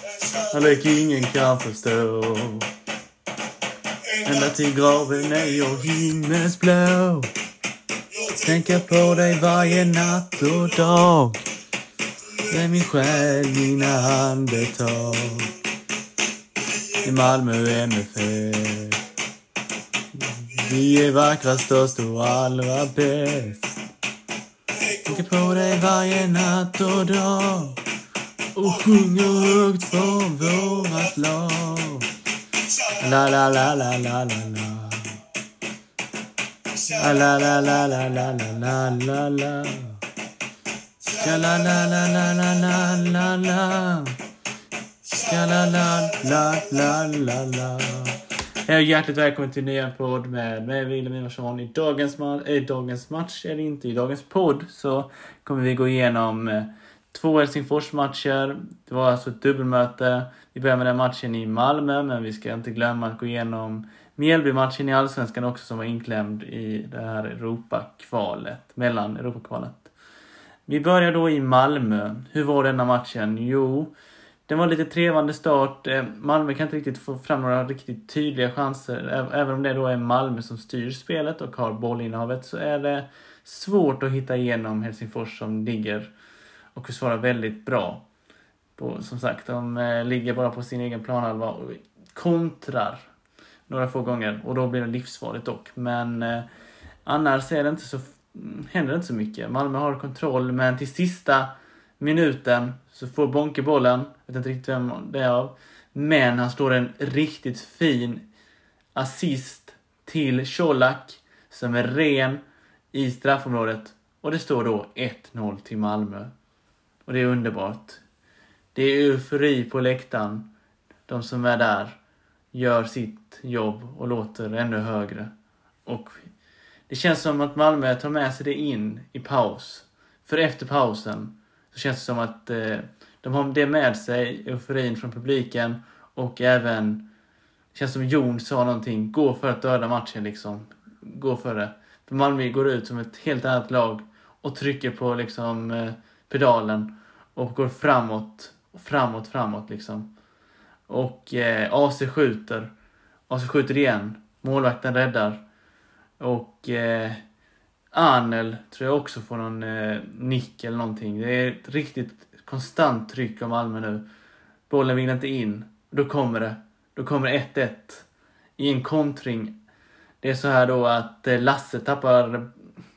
Kärlek ingen kan förstå. Ända till graven är jag himmelsblå. Tänker på dig varje natt och dag. Det är min själ, mina andetag. I Malmö MFF. Vi är vackrast, störst och allra bäst. Tänker på dig varje natt och dag. Och sjunger högt för vårat lag. La la la la la la la. La la la la la la la la la. La la la la la la la la. La la la la la la. Hej och hjärtligt välkommen till en ny podd med mig, Wilhelm Ivarsson. I dagens match, eller inte i dagens podd, så kommer vi gå igenom 2 Helsingfors-matcher. Det var alltså ett dubbelmöte. Vi börjar med den matchen i Malmö, men vi ska inte glömma att gå igenom Mjällby-matchen i Allsvenskan också, som var inklämd i det här mellan Europakvalet. Vi börjar då i Malmö. Hur var denna matchen? Jo, det var lite trevande start. Malmö kan inte riktigt få fram några riktigt tydliga chanser. Även om det då är Malmö som styr spelet och har bollinnehavet, så är det svårt att hitta igenom Helsingfors, som ligger och försvarar väldigt bra. Som sagt, de ligger bara på sin egen planhalva och kontrar några få gånger. Och då blir det livsfarligt dock. Men annars är det inte så, händer det inte så mycket. Malmö har kontroll, men till sista minuten så får Bonke bollen. Jag vet inte riktigt vem det är av. Men han slår en riktigt fin assist till Colak, som är ren i straffområdet. Och det står då 1-0 till Malmö. Och det är underbart. Det är eufori på läktaren. De som är där gör sitt jobb och låter ännu högre. Och det känns som att Malmö tar med sig det in i paus. För efter pausen så känns det som att de har det med sig, euforin från publiken. Och även, det känns som Jon sa någonting, gå för att döda matchen liksom. Gå för det. För Malmö går ut som ett helt annat lag och trycker på liksom pedalen och går framåt liksom. Och AC skjuter igen. Målvakten räddar. Och Arnel tror jag också får någon nick eller någonting. Det är ett riktigt konstant tryck av Malmö nu. Bollen vill inte in. Då kommer det 1-1 i en kontring. Det är så här då att Lasse tappar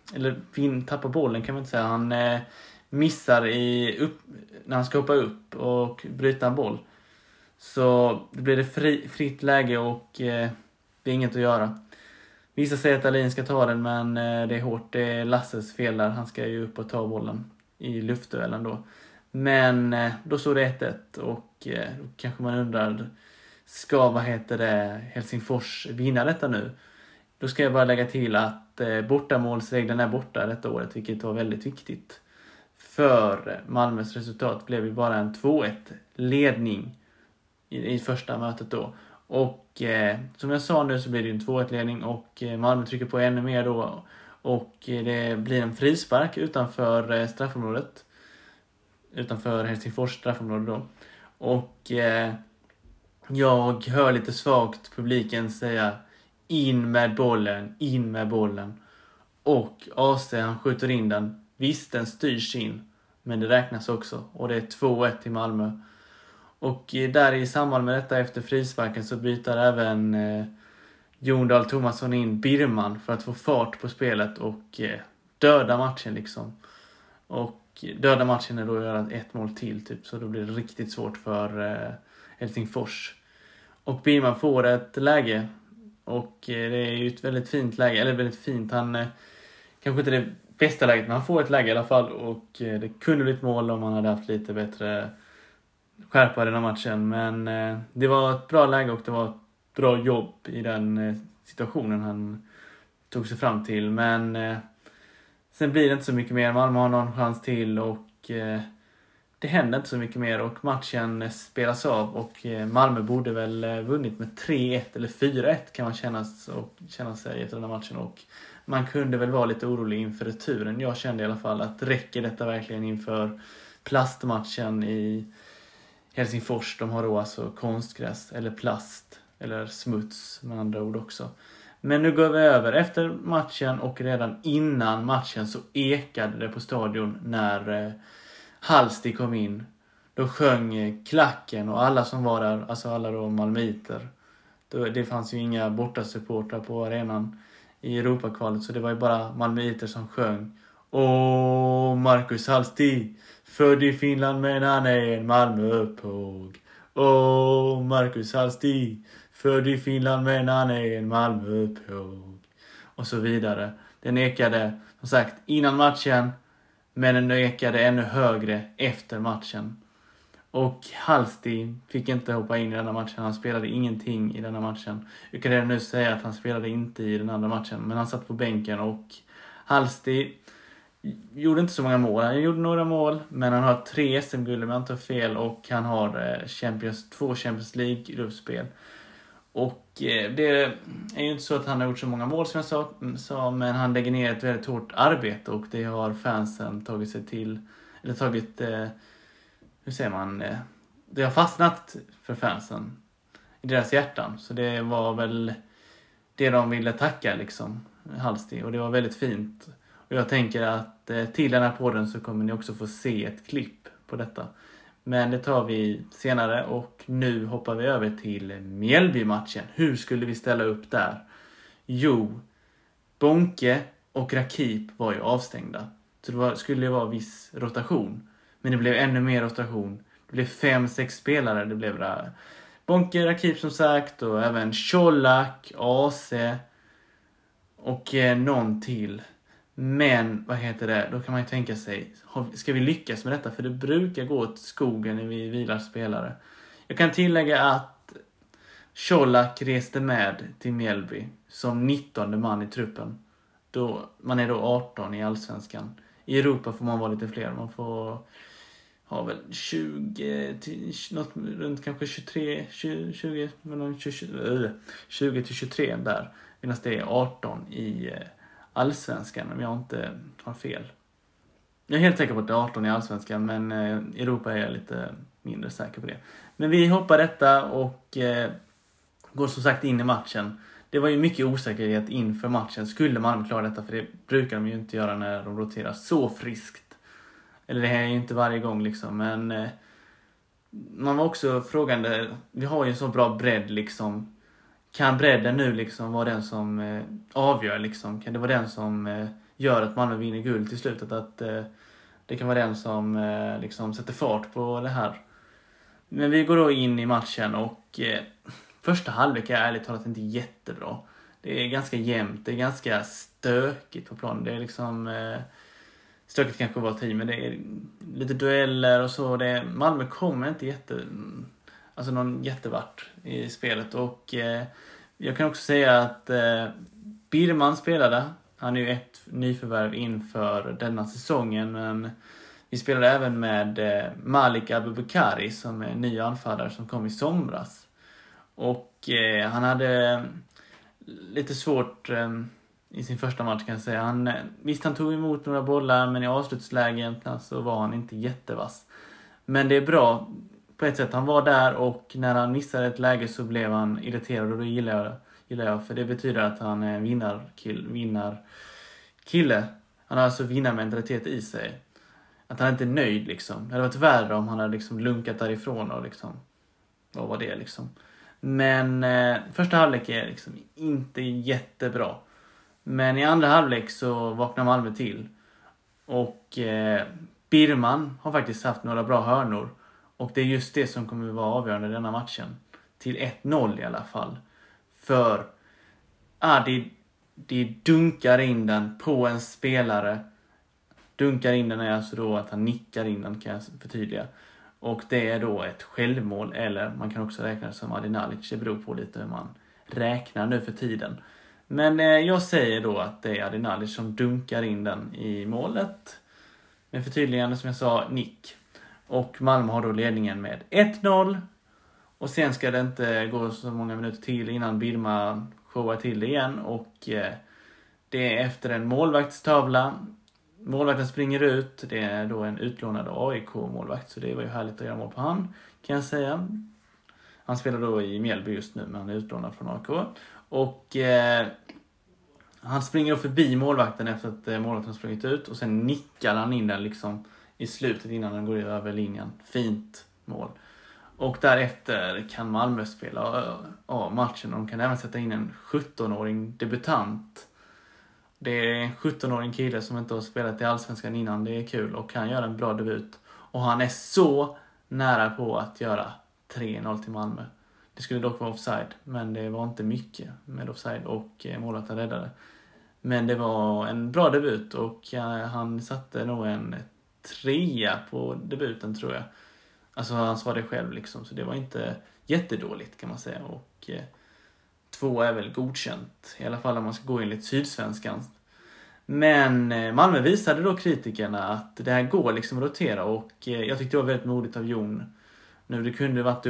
bollen, kan man inte säga. Han missar när han ska hoppa upp och bryta en boll. Så det blir det fritt läge och det är inget att göra. Vissa säger att Alin ska ta den, men det är hårt. Det är Lasses fel där. Han ska ju upp och ta bollen i luftduellen då. Men då står det 1-1 och då kanske man undrar, ska Helsingfors vinna detta nu? Då ska jag bara lägga till att bortamålsregeln är borta detta året, vilket var väldigt viktigt. För Malmös resultat blev ju bara en 2-1 ledning i första mötet då. Och som jag sa nu så blir det en 2-1 ledning och Malmö trycker på ännu mer då. Och det blir en frispark utanför straffområdet. Utanför Helsingfors straffområde då. Och jag hör lite svagt publiken säga in med bollen. Och AC han skjuter in den. Visst, den styrs in, men det räknas också. Och det är 2-1 till Malmö. Och där i samband med detta efter frisparken så byter även Jon Dahl Tomasson in Birman för att få fart på spelet och döda matchen liksom. Och döda matchen är då att göra 1 mål till typ, så då blir det riktigt svårt för Helsingfors. Och Birman får ett läge och det är ju ett väldigt fint läge, eller väldigt fint, han kanske inte det bästa läget, men han får ett läge i alla fall och det kunde bli ett mål om han hade haft lite bättre skärpa i den här matchen. Men det var ett bra läge och det var ett bra jobb i den situationen han tog sig fram till. Men sen blir det inte så mycket mer. Malmö har någon chans till och det händer inte så mycket mer. Och matchen spelas av och Malmö borde väl vunnit med 3-1 eller 4-1 kan man känna sig efter den här matchen. Och man kunde väl vara lite orolig inför returen. Jag kände i alla fall att räcker detta verkligen inför plastmatchen i Helsingfors, de har då alltså konstgräs eller plast eller smuts med andra ord också. Men nu går vi över efter matchen, och redan innan matchen så ekade det på stadion när Halsti kom in. Då sjöng klacken, och alla som var där, alltså alla då malmöiter. Det fanns ju inga bortasupportrar på arenan i Europakvalet, så det var ju bara malmöiter som sjöng. Åh, Marcus Halsti, född i Finland men han är en Malmöpåg. Åh, Marcus Halsti, född i Finland men han är en Malmöpåg. Och så vidare. Den ekade som sagt innan matchen, men den ekade ännu högre efter matchen. Och Halsti fick inte hoppa in i denna matchen. Han spelade ingenting i denna matchen. Jag kan redan nu säga att han spelade inte i den andra matchen, men han satt på bänken. Och Halsti gjorde inte så många mål. Han gjorde några mål, men han har 3 SM-guld om jag inte har fel. Och han har 2 Champions League-gruppspel. Och det är ju inte så att han har gjort så många mål som jag sa, men han lägger ner ett väldigt hårt arbete, och det har fansen tagit sig till, eller tagit, hur säger man, det har fastnat för fansen i deras hjärtan. Så det var väl det de ville tacka liksom, Halsti, och det var väldigt fint. Och jag tänker att till den här podden så kommer ni också få se ett klipp på detta. Men det tar vi senare, och nu hoppar vi över till Mjällby-matchen. Hur skulle vi ställa upp där? Jo, Bonke och Rakip var ju avstängda. Så det skulle ju vara viss rotation. Men det blev ännu mer rotation. Det blev 5-6 spelare. Det blev där Bonke, Rakip som sagt, och även Colak, AC och någon till. Men, då kan man ju tänka sig, ska vi lyckas med detta? För det brukar gå åt skogen när vi vilar spelare. Jag kan tillägga att Colak reste med till Mjällby som 19:e man i truppen. Man är då 18 i allsvenskan. I Europa får man vara lite fler. Man får ha väl 20 till något runt kanske 23, 20 till 23 där. Medan det är 18 i allsvenskan, om jag inte har fel. Jag är helt säker på att det är 18 i allsvenskan, men i Europa är jag lite mindre säker på det. Men vi hoppar detta och går som sagt in i matchen. Det var ju mycket osäkerhet inför matchen. Skulle man klara detta? För det brukar de ju inte göra när de roterar så friskt. Eller det här är ju inte varje gång liksom. Men man var också frågande. Vi har ju en så bra bredd liksom. Kan bredden nu liksom vara den som avgör liksom? Kan det vara den som gör att Malmö vinner guld till slutet? Att det kan vara den som liksom sätter fart på det här. Men vi går då in i matchen, och första halvlek är ärligt talat inte jättebra. Det är ganska jämnt, det är ganska stökigt på planen. Det är liksom stökigt kanske var tid, men det är lite dueller och så. Malmö kommer inte någon jättevart i spelet. Och jag kan också säga att Birman spelade. Han är ju ett nyförvärv inför denna säsongen, men vi spelade även med Malik Abubakari som är ny anfallare som kom i somras. Och han hade lite svårt i sin första match kan jag säga. Han tog emot några bollar, men i avslutslägen så var han inte jättevass. Men det är bra på ett sätt. Han var där, och när han missade ett läge så blev han irriterad, och det gillar jag. För det betyder att han är vinnarkille. Han har alltså vinnarmentalitet i sig. Att han inte är nöjd liksom. Det hade varit värre om han hade liksom lunkat därifrån och liksom, vad var det liksom. Men första halvlek är liksom inte jättebra. Men i andra halvlek så vaknar Malmö till. Och Birman har faktiskt haft några bra hörnor. Och det är just det som kommer att vara avgörande i denna matchen. Till 1-0 i alla fall. För det dunkar in den på en spelare. Dunkar in den är alltså då att han nickar in den, kan jag förtydliga. Och det är då ett självmål, eller man kan också räkna det som Adi Nalic. Det beror på lite hur man räknar nu för tiden. Men jag säger då att det är Adi Nalic som dunkar in den i målet. Med förtydligande som jag sa, nick. Och Malmö har då ledningen med 1-0. Och sen ska det inte gå så många minuter till innan Birma showar till det igen. Och det är efter en målvaktstavla. Målvakten springer ut. Det är då en utlånad AIK-målvakt. Så det var ju härligt att göra mål på han. kan jag säga. Han spelar då i Mjällby just nu, men han är utlånad från AIK. Och han springer då förbi målvakten efter att målvakten har sprungit ut. Och sen nickar han in den liksom i slutet innan den går över linjen. Fint mål. Och därefter kan Malmö spela matchen. Och de kan även sätta in en 17-åring debutant. Det är en 17-åring kille som inte har spelat i Allsvenskan innan. Det är kul och kan göra en bra debut. Och han är så nära på att göra 3-0 till Malmö. Det skulle dock vara offside, men det var inte mycket med offside och målet räddade. Men det var en bra debut och han satte nog en 3 på debuten, tror jag. Alltså han sa det själv liksom, så det var inte jättedåligt kan man säga. Och 2 är väl godkänt, i alla fall om man ska gå enligt Sydsvenskan. Men Malmö visade då kritikerna att det här går liksom att rotera, och jag tyckte det var väldigt modigt av Jon. Nu det kunde varit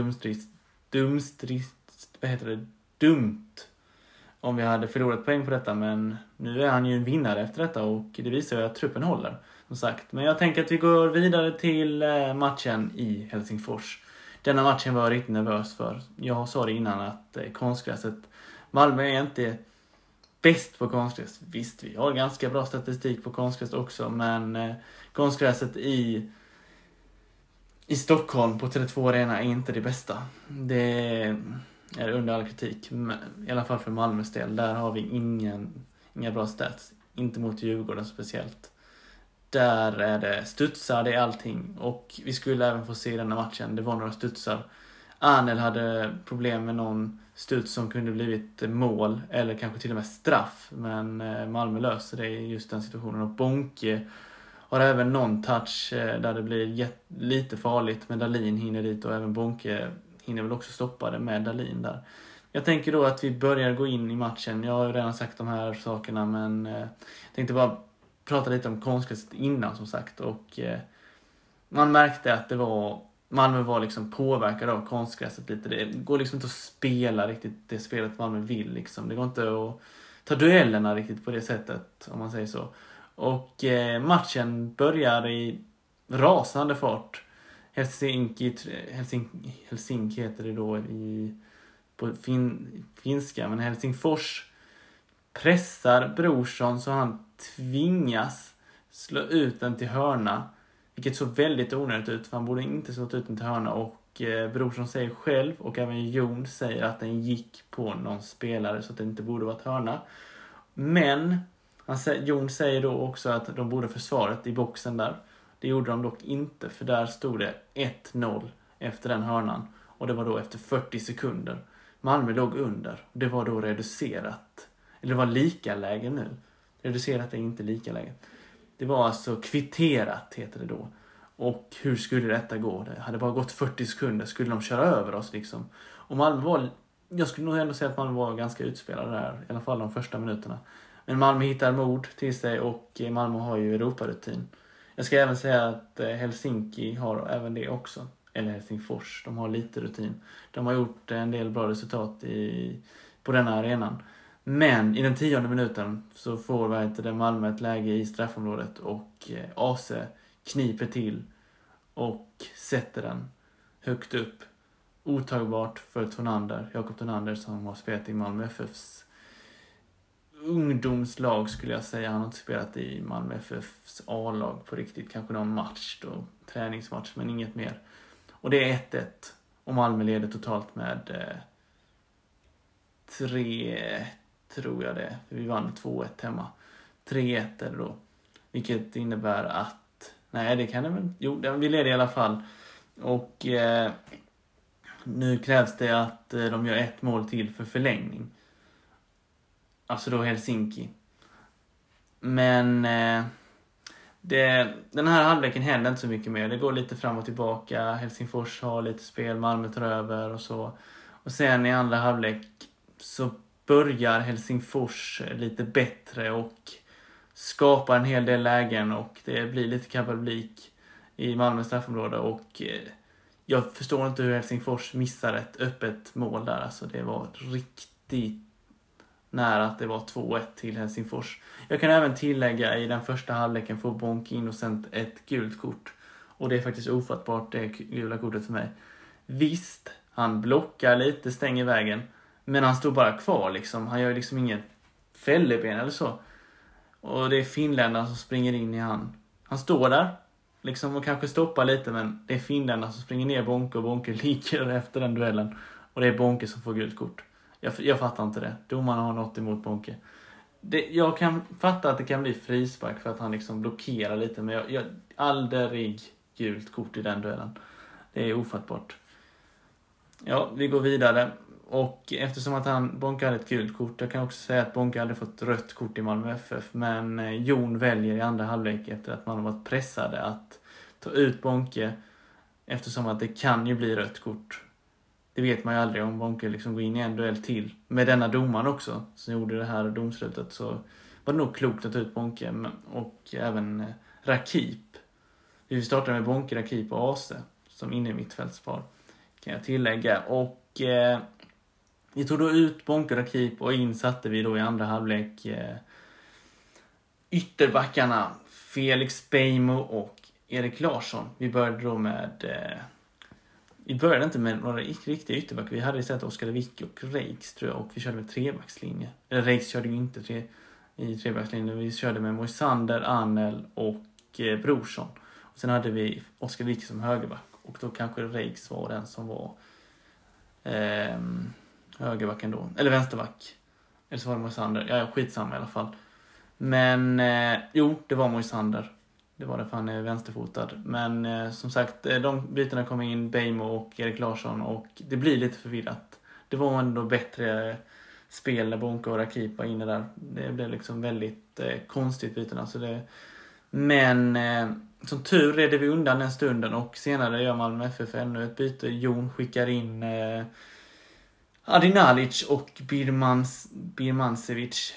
dumt om vi hade förlorat poäng på detta, men nu är han ju en vinnare efter detta och det visar ju att truppen håller, som sagt. Men jag tänker att vi går vidare till matchen i Helsingfors. Denna matchen var jag riktigt nervös för. Jag sa det innan att konstgräset, Malmö är inte bäst på konstgräs. Visst, vi har ganska bra statistik på konstgräs också, men konstgräset i Stockholm på Tele2 Arena är inte det bästa. Det är under all kritik, i alla fall för Malmös del. Där har vi inga bra stats, inte mot Djurgården speciellt. Där är det studsar, det är allting. Och vi skulle även få se denna matchen, det var några studsar. Arnel hade problem med någon studs som kunde blivit mål eller kanske till och med straff, men Malmö löser det i just den situationen. Och Bonke har även någon touch där det blir lite farligt, men Dahlin hinner dit och även Bonke hinner väl också stoppa det med Dahlin där. Jag tänker då att vi börjar gå in i matchen. Jag har ju redan sagt de här sakerna, men jag tänkte bara prata lite om konstgräset innan, som sagt. Och man märkte att Malmö var liksom påverkad av konstgräset lite. Det går liksom inte att spela riktigt det spelet Malmö vill liksom. Det går inte att ta duellerna riktigt på det sättet, om man säger så. Och matchen börjar i rasande fart. Helsinki heter det då på finska, men Helsingfors pressar Brorsson så han tvingas slå ut den till hörna, vilket så väldigt onödigt ut, för han borde inte slå ut den till hörna. Och Brorsson säger själv, och även Jon säger, att den gick på någon spelare så att det inte borde vara ett hörna. Men Jon säger då också att de borde försvaret i boxen där. Det gjorde de dock inte, för där stod det 1-0 efter den hörnan. Och det var då efter 40 sekunder. Malmö låg under. Det var då reducerat. Eller det var lika läge nu. Reducerat är inte lika läge. Det var alltså kvitterat, heter det då. Och hur skulle detta gå? Det hade bara gått 40 sekunder. Skulle de köra över oss liksom? Och Malmö var... Jag skulle nog ändå säga att Malmö var ganska utspelade där. I alla fall de första minuterna. Men Malmö hittar mod till sig, och Malmö har ju Europarutin. Jag ska även säga att Helsinki har även det också. Eller Helsingfors, de har lite rutin. De har gjort en del bra resultat på den här arenan. Men i den 10:e minuten så får Malmö ett läge i straffområdet, och AC kniper till och sätter den högt upp. Otagbart för Jakob Tonander, som har spelat i Malmö FFs ungdomslag, skulle jag säga. Han har inte spelat i Malmö FFs A-lag på riktigt. Kanske någon match då, träningsmatch, men inget mer. Och det är 1-1. Och Malmö leder totalt med 3, tror jag det. För vi vann 2-1 hemma. 3-1 är det då. Vilket innebär att... Nej, det kan det väl... Jo, vi leder i alla fall. Och nu krävs det att de gör 1 mål till för förlängning. Alltså då Helsinki. Men den här halvleken händer inte så mycket mer. Det går lite fram och tillbaka. Helsingfors har lite spel, Malmö tar över och så. Och sen i andra halvlek så börjar Helsingfors lite bättre och skapar en hel del lägen, och det blir lite kabalik i Malmö straffområde. Och jag förstår inte hur Helsingfors missar ett öppet mål där. Alltså det var riktigt nära att det var 2-1 till Helsingfors. Jag kan även tillägga, i den första halvleken får Bonke Innocent ett gult kort. Och det är faktiskt ofattbart, det gula kortet för mig. Visst, han blockar lite, stänger vägen. Men han står bara kvar liksom. Han gör liksom ingen fälleben eller så. Och det är finländare som springer in i han. Han står där liksom och kanske stoppar lite, men det är finländare som springer ner Bonke och Bonke ligger efter den duellen. Och det är Bonke som får gult kort. Jag fattar inte det. Domarna har något emot Bonke. Jag kan fatta att det kan bli frispark för att han liksom blockerar lite, men jag aldrig gult kort i den duellen. Det är ofattbart. Ja, vi går vidare. Och eftersom att Bonke hade ett gult kort, jag kan också säga att Bonke hade fått rött kort i Malmö FF, men Jon väljer i andra halvlek efter att man har varit pressade att ta ut Bonke, eftersom att det kan ju bli rött kort. Det vet man ju aldrig om Bonke liksom går in i en duell till. Med denna domaren också, som gjorde det här domslutet, så var det nog klokt att ta ut Bonke och även Rakip. Vi startade med Bonke, Rakip och Ase som inne i mittfältspar, kan jag tillägga. Och vi tog då ut Bonke och Rakip och insatte vi då i andra halvlek ytterbackarna Felix Beijmo och Erik Larsson. Vi började då med... Vi började inte med några riktiga ytterbackar. Vi hade istället Oskar Vicky och Reiks, tror jag. Och vi körde med trebackslinje. Eller Reiks körde ju inte i trebackslinjen. Vi körde med Moisander, Arnel och Brorsson. Och sen hade vi Oskar Vicky som högerback. Och då kanske Reiks var den som var högerbacken då. Eller vänsterback. Eller så var det Moisander. Ja, skitsamma i alla fall. Men det var Moisander. Det var det, för han är vänsterfotad. Men som sagt, de bytena kom in, Beijmo och Erik Larsson. Och det blir lite förvirrat. Det var ändå bättre spel när Bonke och Rakip var inne där. Det blev liksom väldigt konstigt bytena. Men som tur redde vi undan den stunden. Och senare gör Malmö FF ännu ett byte. Jon skickar in Adi Nalic och Birmancevic.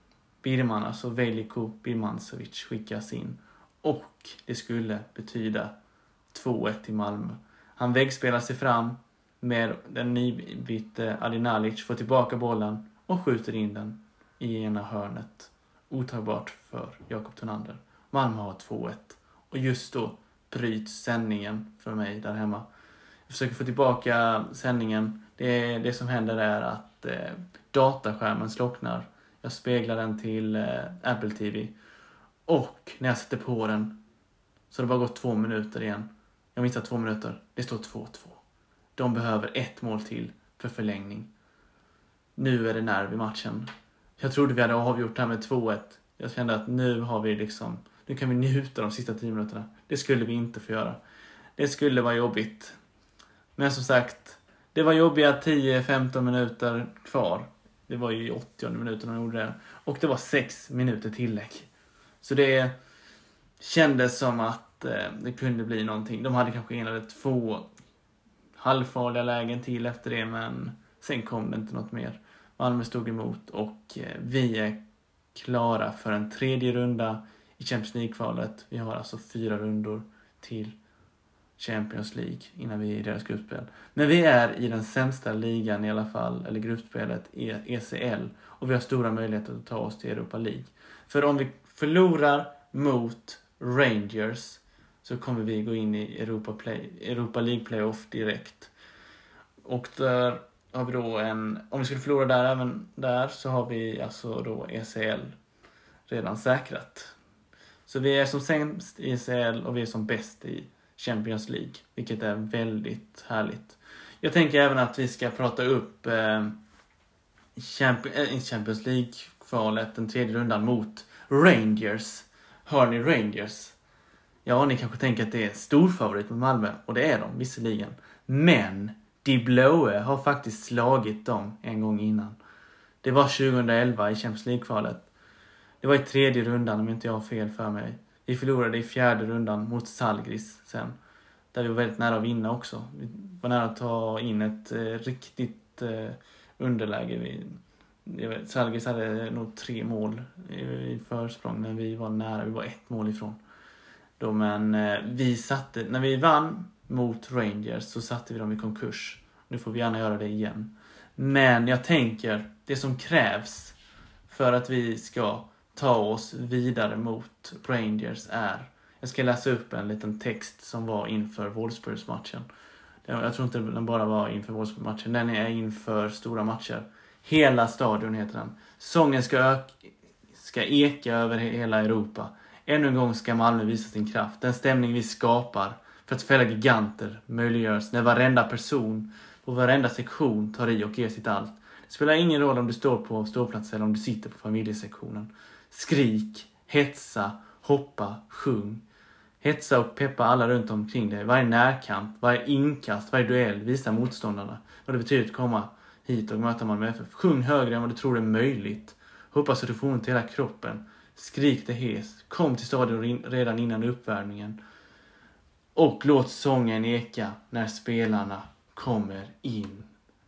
Alltså Veliko Birmancevic skickas in. Och det skulle betyda 2-1 till Malmö. Han väggspelar sig fram med den nybytte Adi Nalic, får tillbaka bollen och skjuter in den i ena hörnet. Otagbart för Jakob Thunander. Malmö har 2-1. Och just då bryts sändningen för mig där hemma. Jag försöker få tillbaka sändningen. Det som händer är att dataskärmen slocknar. Jag speglar den till Apple TV. Och när jag sätter på den så har det bara gått 2 minuter igen. Jag missar 2 minuter. Det står 2-2. De behöver 1 mål till för förlängning. Nu är det nerv i matchen. Jag trodde vi hade avgjort det här med 2-1. Jag kände att nu kan vi njuta de sista 10 minuterna. Det skulle vi inte få göra. Det skulle vara jobbigt. Men som sagt, det var jobbiga 10-15 minuter kvar. Det var ju 80 minuter de gjorde det. Och det var 6 minuter tillägg. Så det kändes som att det kunde bli någonting. De hade kanske en eller 2 halvfarliga lägen till efter det, men sen kom det inte något mer. Malmö stod emot och vi är klara för en 3:e runda i Champions League-kvalet. Vi har alltså 4 rundor till Champions League innan vi är i deras gruppspel. Men vi är i den sämsta ligan i alla fall, eller gruppspelet, ECL. Och vi har stora möjligheter att ta oss till Europa League. För om vi förlorar mot Rangers så kommer vi gå in i Europa League playoff direkt. Och där har vi då om vi skulle förlora där, även där, så har vi alltså då ECL redan säkrat. Så vi är som sämst i ECL och vi är som bäst i Champions League, vilket är väldigt härligt. Jag tänker även att vi ska prata upp Champions League-kvalet, den 3:e rundan mot Rangers. Hör ni Rangers? Ja, ni kanske tänker att det är stor favorit mot Malmö, och det är de visserligen. Men De Blåe har faktiskt slagit dem en gång innan. Det var 2011 i Champions League-kvalet. Det var i 3:e rundan, om inte jag har fel för mig. Vi förlorade i 4:e rundan mot Žalgiris sen. Där vi var väldigt nära att vinna också. Vi var nära att ta in ett riktigt underläge. Žalgiris hade nog 3 mål i försprång, men vi var nära. Vi var 1 mål ifrån. Men när vi vann mot Rangers så satte vi dem i konkurs. Nu får vi gärna göra det igen. Men jag tänker, det som krävs för att vi ska ta oss vidare mot Rangers är... Jag ska läsa upp en liten text som var inför Wolfsburgs-matchen. Jag tror inte den bara var inför Wolfsburg-matchen. Den är inför stora matcher. Hela stadion heter den. Sången ska eka över hela Europa. Ännu en gång ska Malmö visa sin kraft. Den stämning vi skapar för att fälla giganter möjliggörs när varenda person på varenda sektion tar i och ger sitt allt. Det spelar ingen roll om du står på ståplats eller om du sitter på familjesektionen. Skrik, hetsa, hoppa, sjung. Hetsa och peppa alla runt omkring dig. Varje närkamp, varje inkast, varje duell visar motståndarna vad det betyder att komma hit och möta Malmö FF. Sjung högre än vad du tror är möjligt. Hoppas att du får ont i hela kroppen. Skrik det hes. Kom till stadion redan innan uppvärmningen. Och låt sången eka när spelarna kommer in.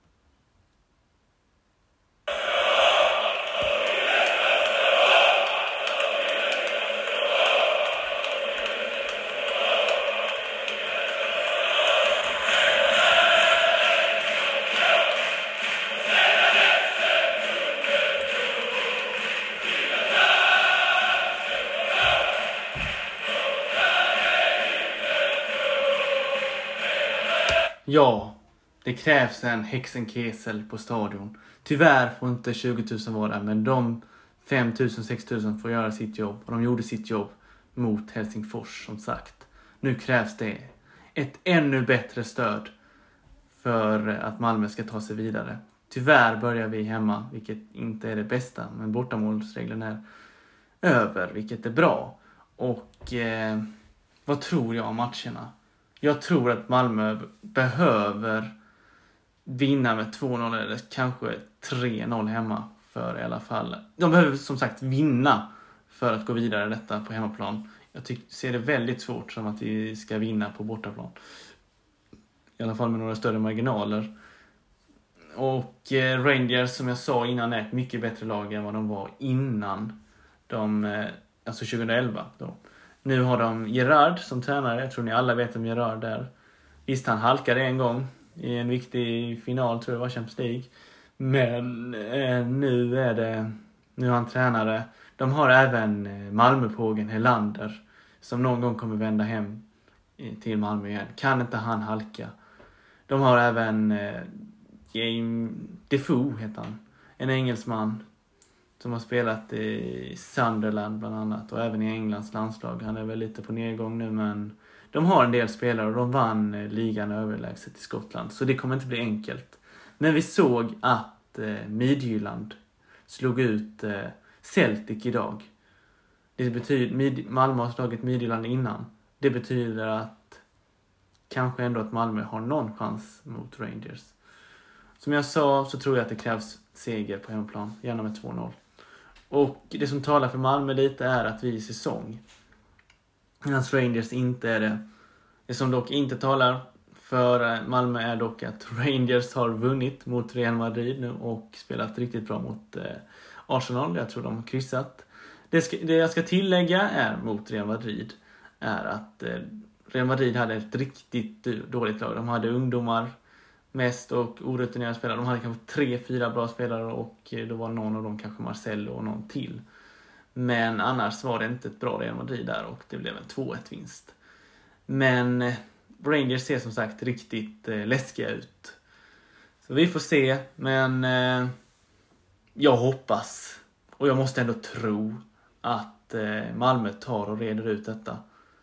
Ja, det krävs en Hexenkessel på stadion. Tyvärr får inte 20 000 vara där, men de 5 000, 6 000 får göra sitt jobb. Och de gjorde sitt jobb mot Helsingfors, som sagt. Nu krävs det ett ännu bättre stöd för att Malmö ska ta sig vidare. Tyvärr börjar vi hemma, vilket inte är det bästa. Men bortamålsregeln är över, vilket är bra. Och vad tror jag om matcherna? Jag tror att Malmö behöver vinna med 2-0 eller kanske 3-0 hemma för i alla fall. De behöver som sagt vinna för att gå vidare detta på hemmaplan. Jag ser det väldigt svårt som att vi ska vinna på bortaplan. I alla fall med några större marginaler. Och Rangers, som jag sa innan, är ett mycket bättre lag än vad de var innan. Alltså 2011 då. Nu har de Gerard som tränare. Jag tror ni alla vet om Gerard där. Visst, han halkade en gång i en viktig final, tror jag var Champions League. Men nu är han tränare. De har även Malmöpågen Helander som någon gång kommer vända hem till Malmö igen. Kan inte han halka? De har även James Defoe heter han. En engelsman som har spelat i Sunderland bland annat och även i Englands landslag. Han är väl lite på nedgång nu, men de har en del spelare och de vann ligan överlägset i Skottland. Så det kommer inte bli enkelt. Men vi såg att Midtjylland slog ut Celtic idag. Det betyder Malmö har slagit Midtjylland innan. Det betyder att kanske ändå att Malmö har någon chans mot Rangers. Som jag sa så tror jag att det krävs seger på hemmaplan, gärna med 2-0. Och det som talar för Malmö lite är att vi är i säsong. Medan Rangers inte är det. Det som dock inte talar för Malmö är dock att Rangers har vunnit mot Real Madrid nu och spelat riktigt bra mot Arsenal. Jag tror de har kryssat. Det jag ska tillägga är mot Real Madrid är att Real Madrid hade ett riktigt dåligt lag. De hade ungdomar mest och orutinerade spelare. De hade kanske 3-4 bra spelare och då var någon av dem kanske Marcelo och någon till. Men annars var det inte ett bra Real Madrid där och det blev en 2-1 vinst. Men Rangers ser som sagt riktigt läskiga ut. Så vi får se, men jag hoppas och jag måste ändå tro att Malmö tar och reder ut detta.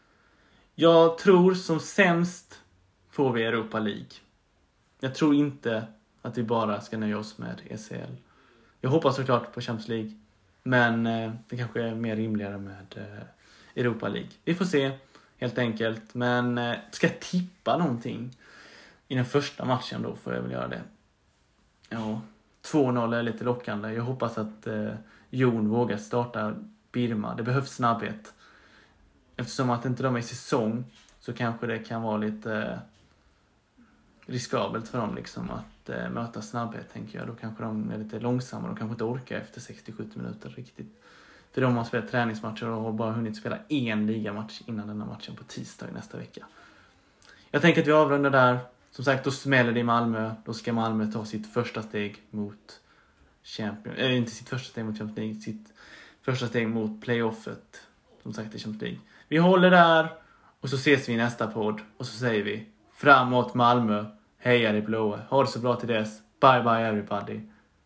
Jag tror som sämst får vi Europa League. Jag tror inte att vi bara ska nöja oss med ECL. Jag hoppas såklart på Champions League. Men det kanske är mer rimligare med Europa League. Vi får se helt enkelt. Men ska jag tippa någonting i den första matchen då får jag väl göra det. Ja, 2-0 är lite lockande. Jag hoppas att Jon vågar starta Birma. Det behövs snabbhet. Eftersom att inte de är i säsong så kanske det kan vara lite riskabelt för dem liksom att möta snabbhet, tänker jag. Då kanske de är lite långsamma. De kanske inte orkar efter 60-70 minuter riktigt. För de har spelat träningsmatcher och har bara hunnit spela en ligamatch innan denna matchen på tisdag nästa vecka. Jag tänker att vi avrundar där. Som sagt, då smäller det i Malmö. Då ska Malmö ta sitt första steg mot inte sitt första steg mot Champions League. Sitt första steg mot playoffet. Som sagt i Champions League. Vi håller där och så ses vi i nästa podd. Och så säger vi Framåt Malmö. Heja det blåa. Ha det så bra till dess. Bye bye everybody.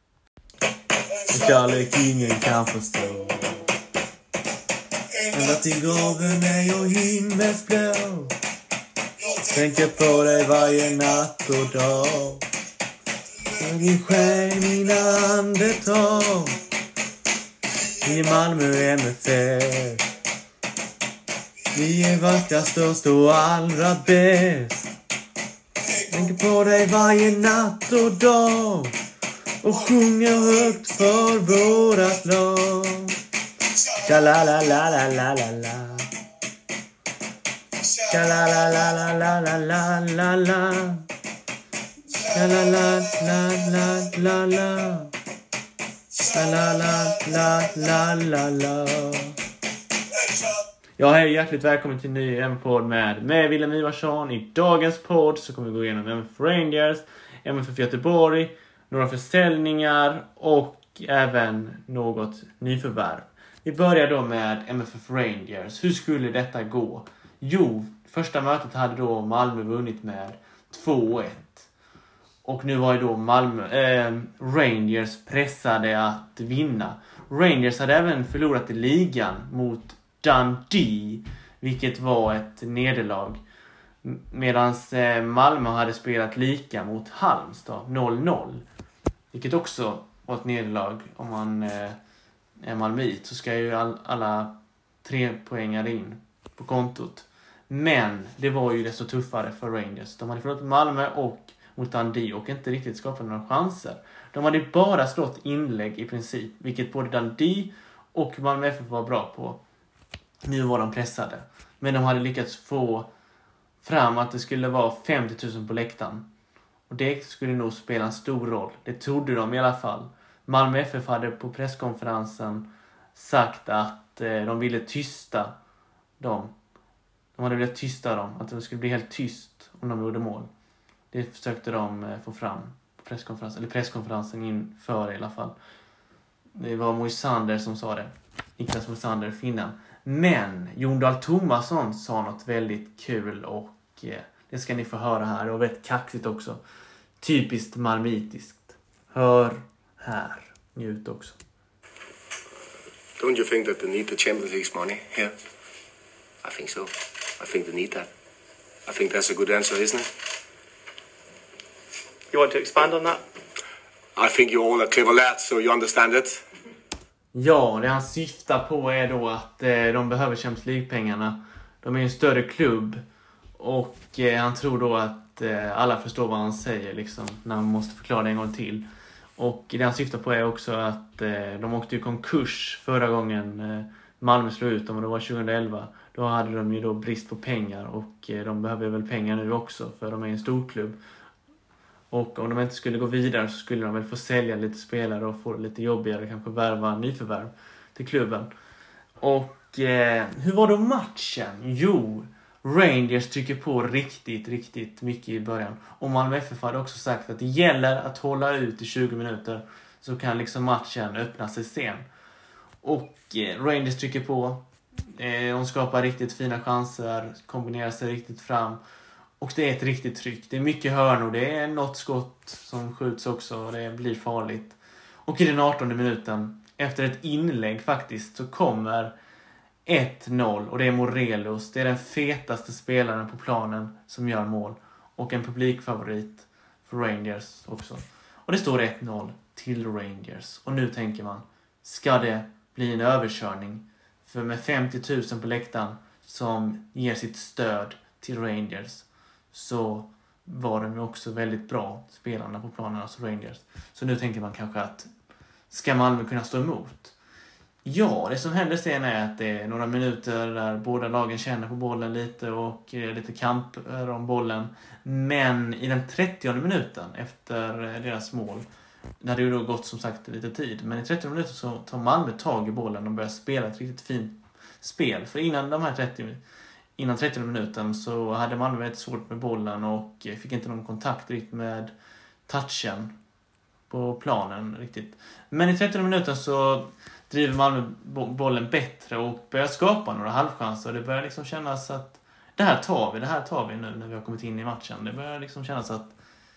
Kärlek ingen kan förstå. Ända till graven är jag himmelsblå. Tänker på dig varje natt och dag. Din själ mina andetag. I Malmö MFF. Vi är vackrast, störst och allra bäst. Tänker på dig varje natt och dag. Och sjunger högt för vårat lag. Tja la la la la la la la. Tja la la la la la la la la la. Tja la la la la la la. Tja la la la la la la. Ja, hej, hjärtligt välkommen till en ny M-podd med Wilhelm Ivarsson. I dagens podd så kommer vi gå igenom MFF Rangers, MFF Göteborg, några försäljningar och även något nyförvärv. Vi börjar då med MFF Rangers. Hur skulle detta gå? Jo, första mötet hade då Malmö vunnit med 2-1. Och nu var ju då Rangers pressade att vinna. Rangers hade även förlorat i ligan mot Dundee, vilket var ett nederlag. Medan Malmö hade spelat lika mot Halmstad 0-0. Vilket också var ett nederlag. Om man är malmöit så ska ju alla 3 poängar in på kontot. Men det var ju desto tuffare för Rangers. De hade förlorat Malmö och mot Dundee och inte riktigt skapat några chanser. De hade bara slått inlägg i princip, vilket både Dundee och Malmö FF var bra på. Nu var de pressade. Men de hade lyckats få fram att det skulle vara 50 000 på läktaren. Och det skulle nog spela en stor roll. Det trodde de i alla fall. Malmö FF hade på presskonferensen sagt att de ville tysta dem. De hade velat tysta dem. Att det skulle bli helt tyst om de gjorde mål. Det försökte de få fram på presskonferensen. Eller presskonferensen inför i alla fall. Det var Moisander som sa det. Niklas Moisander, finnen. Men Jon Dahl Tomasson sa något väldigt kul och det ska ni få höra här. Det var väldigt kaxigt också. Typiskt malmitiskt. Hör här. Njut också. Don't you think that they need the Champions League's money here? I think so. I think they need that. I think that's a good answer, isn't it? You want to expand on that? I think you're all a clever lads, so you understand it. Ja, det han syftar på är då att de behöver Champions League-pengarna. De är en större klubb. Och han tror då att alla förstår vad han säger liksom, när man måste förklara det en gång till. Och det han syftar på är också att de åkte i konkurs förra gången Malmö slog ut dem, och det var 2011. Då hade de ju då brist på pengar och de behöver väl pengar nu också för de är en stor klubb. Och om de inte skulle gå vidare så skulle de väl få sälja lite spelare och få det lite jobbigare, kanske värva nyförvärv till klubben. Och hur var då matchen? Jo, Rangers trycker på riktigt mycket i början. Och Malmö FF hade också sagt att det gäller att hålla ut i 20 minuter så kan liksom matchen öppna sig sen. Och Rangers trycker på. De skapar riktigt fina chanser, kombinerar sig riktigt fram. Och det är ett riktigt tryck. Det är mycket hörnor. Det är något skott som skjuts också. Och det blir farligt. Och i den 18:e minuten, efter ett inlägg faktiskt, så kommer 1-0. Och det är Morelos. Det är den fetaste spelaren på planen som gör mål. Och en publikfavorit för Rangers också. Och det står 1-0 till Rangers. Och nu tänker man, ska det bli en överkörning? För med 50 000 på läktaren som ger sitt stöd till Rangers, så var de också väldigt bra spelarna på planen, alltså Rangers. Så nu tänker man kanske att ska Malmö kunna stå emot? Ja, det som händer sen är att det är några minuter där båda lagen känner på bollen lite och lite kamper om bollen. Men i den 30:e minuten efter deras mål, det hade ju då gått som sagt lite tid, men i 30 minuter så tar Malmö tag i bollen och börjar spela ett riktigt fint spel. För innan 30 minuten så hade Malmö väldigt svårt med bollen och fick inte någon kontakt riktigt med touchen på planen riktigt. Men i 30 minuten så driver Malmö bollen bättre och börjar skapa några halvchanser. Det börjar liksom kännas att det här tar vi nu när vi har kommit in i matchen. Det börjar liksom kännas att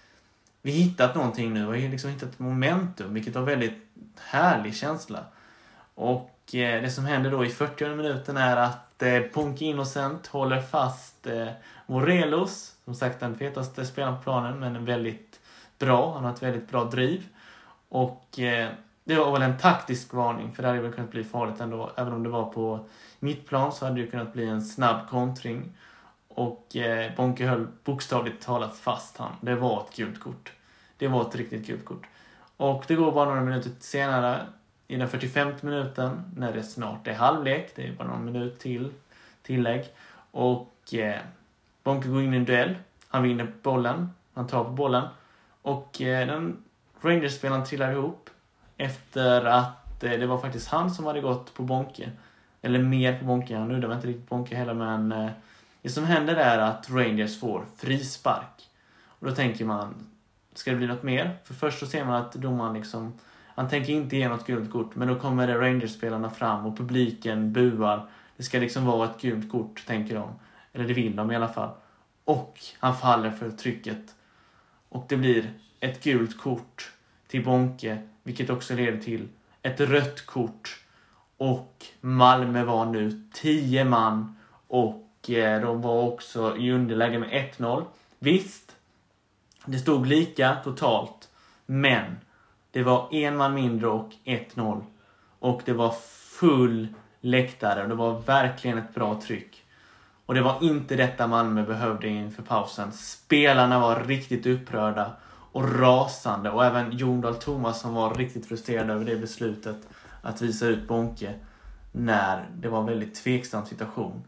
vi hittat någonting nu. Vi har liksom hittat momentum, vilket var väldigt härlig känsla. Och det som händer då i 40 minuten är att Ponke Innocent håller fast Morelos, som sagt den fetaste spelaren på planen, men väldigt bra. Han har ett väldigt bra driv. Och det var väl en taktisk varning, för det hade väl kunnat bli farligt ändå. Även om det var på mittplan så hade det kunnat bli en snabb kontring. Och Ponke höll bokstavligt talat fast han. Det var ett gult kort. Det var ett riktigt gult kort. Och det går bara några minuter senare, i den 45 minuten, när det snart är halvlek. Det är bara någon minut till tillägg. Och Ponke går in i en duell. Han vinner bollen. Han tar på bollen. Och den Rangers-spelaren trillar ihop. Efter att det var faktiskt han som hade gått på Ponke. Eller mer på Ponke. Han nuddade inte riktigt på Ponke heller. Men det som händer är att Rangers får frispark. Och då tänker man, ska det bli något mer? För först så ser man att domaren liksom, han tänker inte ge något gult kort. Men då kommer det Rangers-spelarna fram och publiken buar. Det ska liksom vara ett gult kort, tänker de. Eller det vill de i alla fall. Och han faller för trycket. Och det blir ett gult kort till Ponke. Vilket också leder till ett rött kort. Och Malmö var nu 10 man. Och de var också i underläge med 1-0. Visst, det stod lika totalt. Men det var 1 man mindre och 1-0. Och det var full läktare. Och det var verkligen ett bra tryck. Och det var inte detta Malmö behövde inför pausen. Spelarna var riktigt upprörda och rasande. Och även Jon Dahl Tomas som var riktigt frustrerad över det beslutet att visa ut Ponke när det var en väldigt tveksam situation.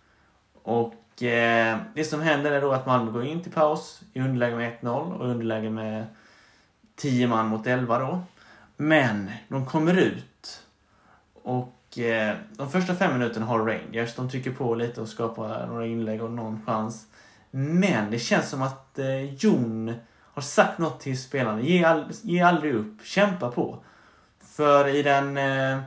Och det som händer är då att Malmö går in till paus i underläge med 1-0 och underläge med 10 man mot 11 då. Men de kommer ut och de första 5 minuterna har Rangers. De trycker på lite och skapar några inlägg och någon chans. Men det känns som att Jon har sagt något till spelarna. Ge aldrig upp. Kämpa på. För i den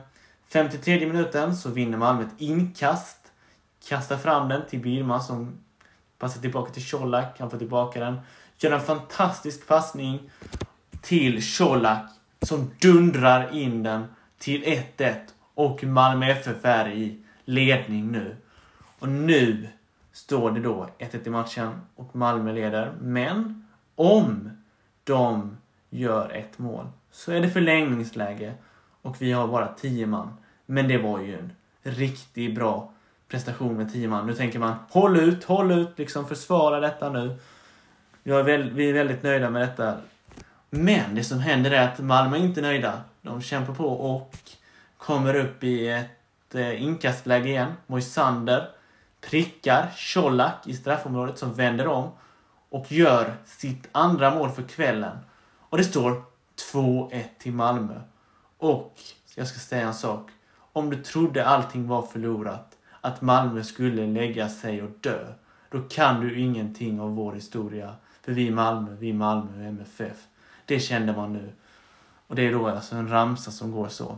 53 minuten så vinner Malmö ett inkast. Kastar fram den till Birma som passar tillbaka till Colak. Han får tillbaka den. Gör en fantastisk passning till Colak som dundrar in den till 1-1. Och Malmö FF är i ledning nu. Och nu står det då 1-1 i matchen och Malmö leder. Men om de gör ett mål så är det förlängningsläge och vi har bara 10 man. Men det var ju en riktigt bra prestation med 10 man. Nu tänker man, håll ut, liksom försvara detta nu. Vi är väldigt nöjda med detta. Men det som händer är att Malmö är inte nöjda. De kämpar på och kommer upp i ett inkastläge igen. Moisander prickar Colak i straffområdet som vänder om och gör sitt andra mål för kvällen. Och det står 2-1 till Malmö. Och jag ska säga en sak. Om du trodde allting var förlorat, att Malmö skulle lägga sig och dö, då kan du ingenting av vår historia. För vi Malmö och MFF. Det kände man nu. Och det är då alltså en ramsa som går så.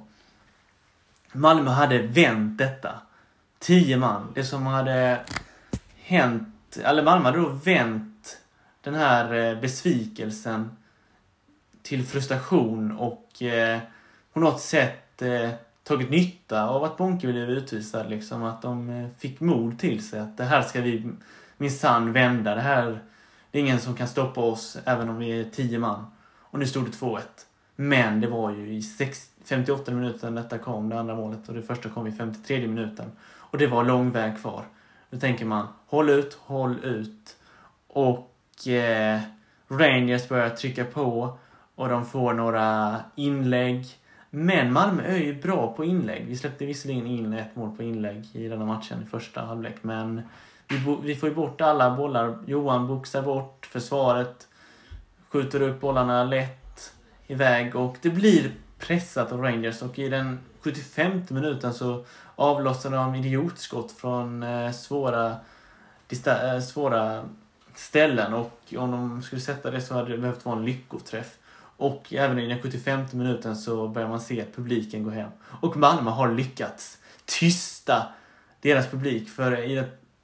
Malmö hade vänt detta. 10 man. Det som hade hänt, eller Malmö hade då vänt den här besvikelsen till frustration och på något sätt tagit nytta av att Ponke blev utvisad. Liksom, att de fick mod till sig att det här ska vi minsann vända. Det är ingen som kan stoppa oss även om vi är 10 man. Och nu stod det 2-1. Men det var ju i 58 minuten detta kom, det andra målet. Och det första kom i 53 minuten. Och det var lång väg kvar. Då tänker man, håll ut. Och Rangers börjar trycka på. Och de får några inlägg. Men Malmö är ju bra på inlägg. Vi släppte visserligen in ett mål på inlägg i denna matchen i första halvlek. Men vi får ju bort alla bollar. Johan boxar bort försvaret. Skjuter upp bollarna lätt iväg. Och det blir pressat av Rangers. Och i den 75 minuten så avlossar de idiotskott från svåra ställen. Och om de skulle sätta det så hade det behövt vara en lyckoträff. Och även i den 75 minuten så börjar man se att publiken går hem. Och Malmö har lyckats tysta deras publik. För i den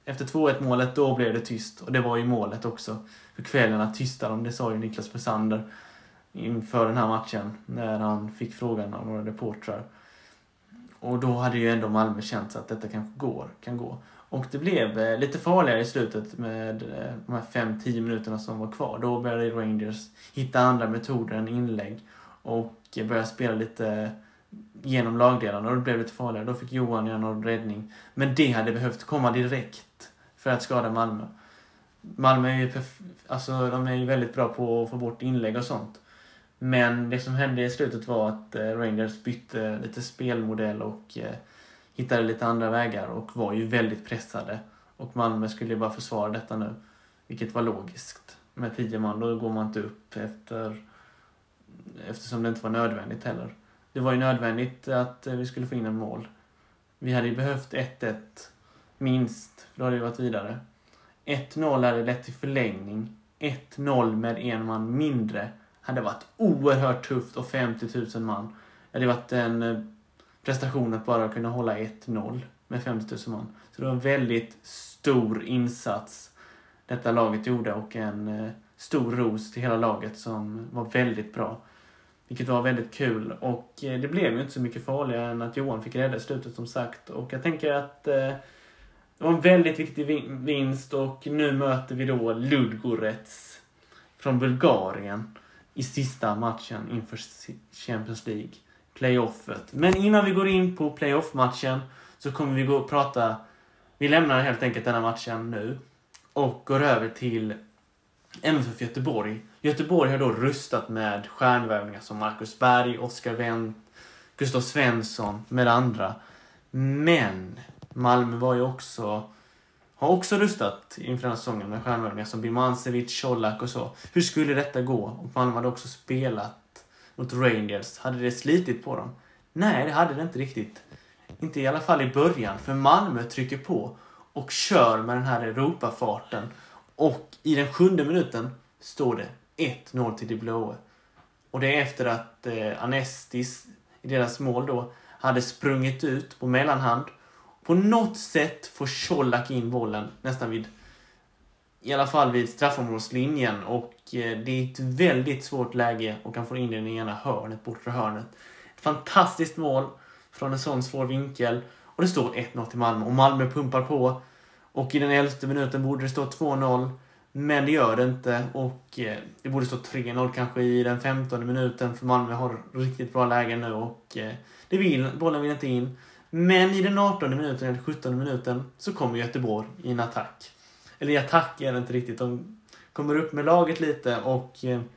efter 2-1 målet, då blev det tyst. Och det var ju målet också för kvällen att tysta dem. Det sa ju Niklas Moisander inför den här matchen när han fick frågan av några reportrar. Och då hade ju ändå Malmö känt att detta kan gå. Och det blev lite farligare i slutet med de här 5-10 minuterna som var kvar. Då började Rangers hitta andra metoder än inlägg och började spela lite genom lagdelarna, och det blev lite farligare. Då fick Johan göra någon räddning. Men det hade behövt komma direkt för att skada Malmö. Malmö är ju de är ju väldigt bra på att få bort inlägg och sånt. Men det som hände i slutet var att Rangers bytte lite spelmodell och hittade lite andra vägar och var ju väldigt pressade. Och Malmö skulle ju bara försvara detta nu, vilket var logiskt. Med 10 man, då går man inte upp eftersom det inte var nödvändigt heller. Det var ju nödvändigt att vi skulle få in en mål. Vi hade ju behövt 1-1 minst, för då hade vi varit vidare. 1-0 hade lett till förlängning. 1-0 med en man mindre hade varit oerhört tufft, och 50 000 man. Det hade varit en prestation att bara kunna hålla 1-0 med 50 000 man. Så det var en väldigt stor insats detta laget gjorde, och en stor ros till hela laget som var väldigt bra. Vilket var väldigt kul, och det blev ju inte så mycket farligare än att Johan fick rädda slutet som sagt. Och jag tänker att det var en väldigt viktig vinst, och nu möter vi då Ludogorets från Bulgarien i sista matchen inför Champions League playoffet. Men innan vi går in på playoff-matchen så kommer vi gå och prata. Vi lämnar helt enkelt den här matchen nu och går över till MFF Göteborg. Göteborg har då rustat med stjärnvärvningar som Marcus Berg, Oskar Wendt, Gustav Svensson med andra. Men Malmö har också rustat inför den här säsongen med stjärnvärvningar som Birmancevic, Colak och så. Hur skulle detta gå? Och Malmö hade också spelat mot Rangers. Hade det slitit på dem? Nej, det hade det inte riktigt. Inte i alla fall i början. För Malmö trycker på och kör med den här Europafarten. Och i den 7:e minuten står det 1-0 till De Blåa. Och det är efter att Anestis i deras mål då hade sprungit ut på mellanhand. På något sätt får Colak in bollen nästan i alla fall vid straffområdeslinjen. Och det är ett väldigt svårt läge och han får in den i ena hörnet, bortre hörnet. Ett fantastiskt mål från en sån svår vinkel. Och det står 1-0 till Malmö. Och Malmö pumpar på. Och i den 11:e minuten borde det stå 2-0. Men det gör det inte. Och det borde stå 3-0 kanske i den 15:e minuten. För Malmö har riktigt bra lägen nu. Och bollen vill inte in. Men i den 18:e minuten eller 17:e minuten så kommer Göteborg i en attack. Eller i attack är det inte riktigt. De kommer upp med laget lite och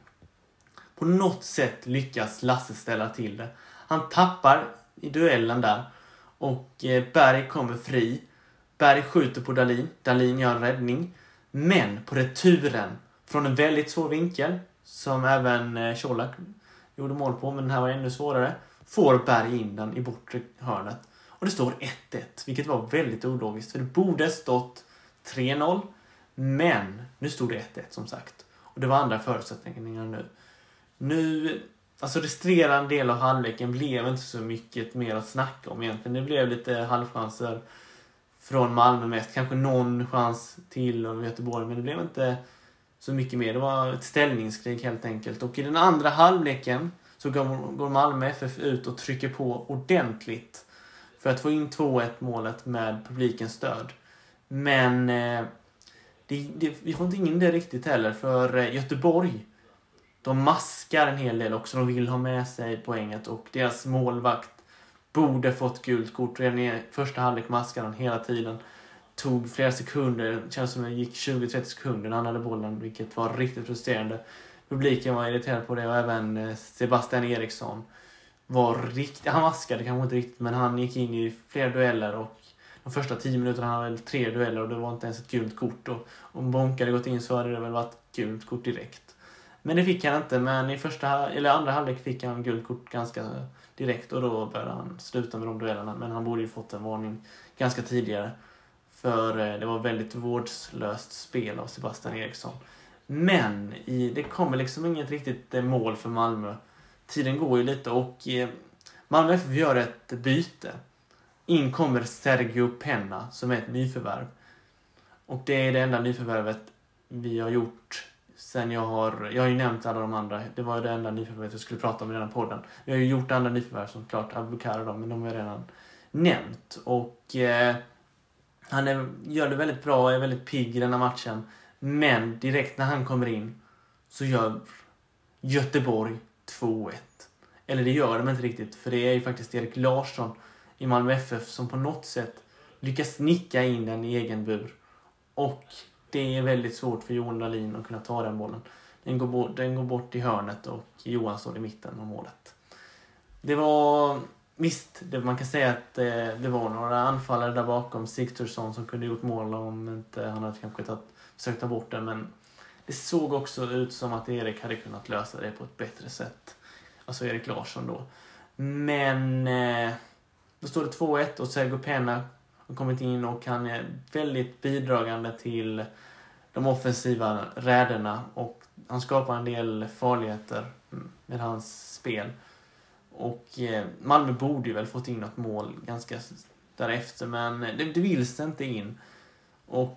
på något sätt lyckas Lasse ställa till det. Han tappar i duellen där och Berg kommer fri. Berg skjuter på Dahlin. Dahlin gör en räddning. Men på returen från en väldigt svår vinkel som även Colak gjorde mål på, men den här var ännu svårare, får Berg in den i bortre hörnet. Och det står 1-1, vilket var väldigt ologiskt. För det borde stått 3-0, men nu stod det 1-1 som sagt. Och det var andra förutsättningar nu. Alltså resterande del av halvleken blev inte så mycket mer att snacka om egentligen. Det blev lite halvchanser från Malmö mest. Kanske någon chans till av Göteborg, men det blev inte så mycket mer. Det var ett ställningskrig helt enkelt. Och i den andra halvleken så går Malmö FF ut och trycker på ordentligt för att få in 2-1 målet med publikens stöd. Men vi får inte in det riktigt heller, för Göteborg, de maskar en hel del också. De vill ha med sig poänget och deras målvakt borde fått gult kort. Redan i första halvlek maskade han hela tiden. Tog flera sekunder. Det känns som det gick 20-30 sekunder när han hade bollen, vilket var riktigt frustrerande. Publiken var irriterad på det och även Sebastian Eriksson var riktigt... Han maskade kanske inte riktigt, men han gick in i flera dueller och de första 10 minuterna hade han väl 3 dueller och det var inte ens ett gult kort. Och om Bonka hade gått in så hade det väl varit gult kort direkt. Men det fick han inte, men i andra halvlek fick han gult kort ganska direkt och då började han sluta med de duellerna. Men han borde ju fått en varning ganska tidigare, för det var väldigt vårdslöst spel av Sebastian Eriksson. Men det kommer liksom inget riktigt mål för Malmö. Tiden går ju lite och Malmö FF gör ett byte. In kommer Sergio Penna som är ett nyförvärv. Och det är det enda nyförvärvet vi har gjort sen jag har ju nämnt alla de andra. Det var ju det enda nyförvärvet jag skulle prata om i den här podden. Vi har ju gjort andra nyförvärv som klart, Abubakar och dem, men de har jag redan nämnt. Och han gör det väldigt bra och är väldigt pigg i den här matchen. Men direkt när han kommer in så gör Göteborg 2-1. Eller det gör de inte riktigt, för det är ju faktiskt Erik Larsson i Malmö FF som på något sätt lyckas snicka in den i egen bur. Och det är väldigt svårt för Johan Dahlin att kunna ta den bollen. Den går bort i hörnet och Johan står i mitten av målet. Det var... Visst, man kan säga att det var några anfallare där bakom Sigthursson som kunde gjort mål om inte han hade kanske försökt ta bort den. Men det såg också ut som att Erik hade kunnat lösa det på ett bättre sätt. Alltså Erik Larsson då. Men då står det 2-1 och Sergio Pena har kommit in och han är väldigt bidragande till de offensiva räderna. Och han skapar en del farligheter med hans spel. Och Malmö borde ju väl fått in något mål ganska därefter, men det vill sig inte in. Och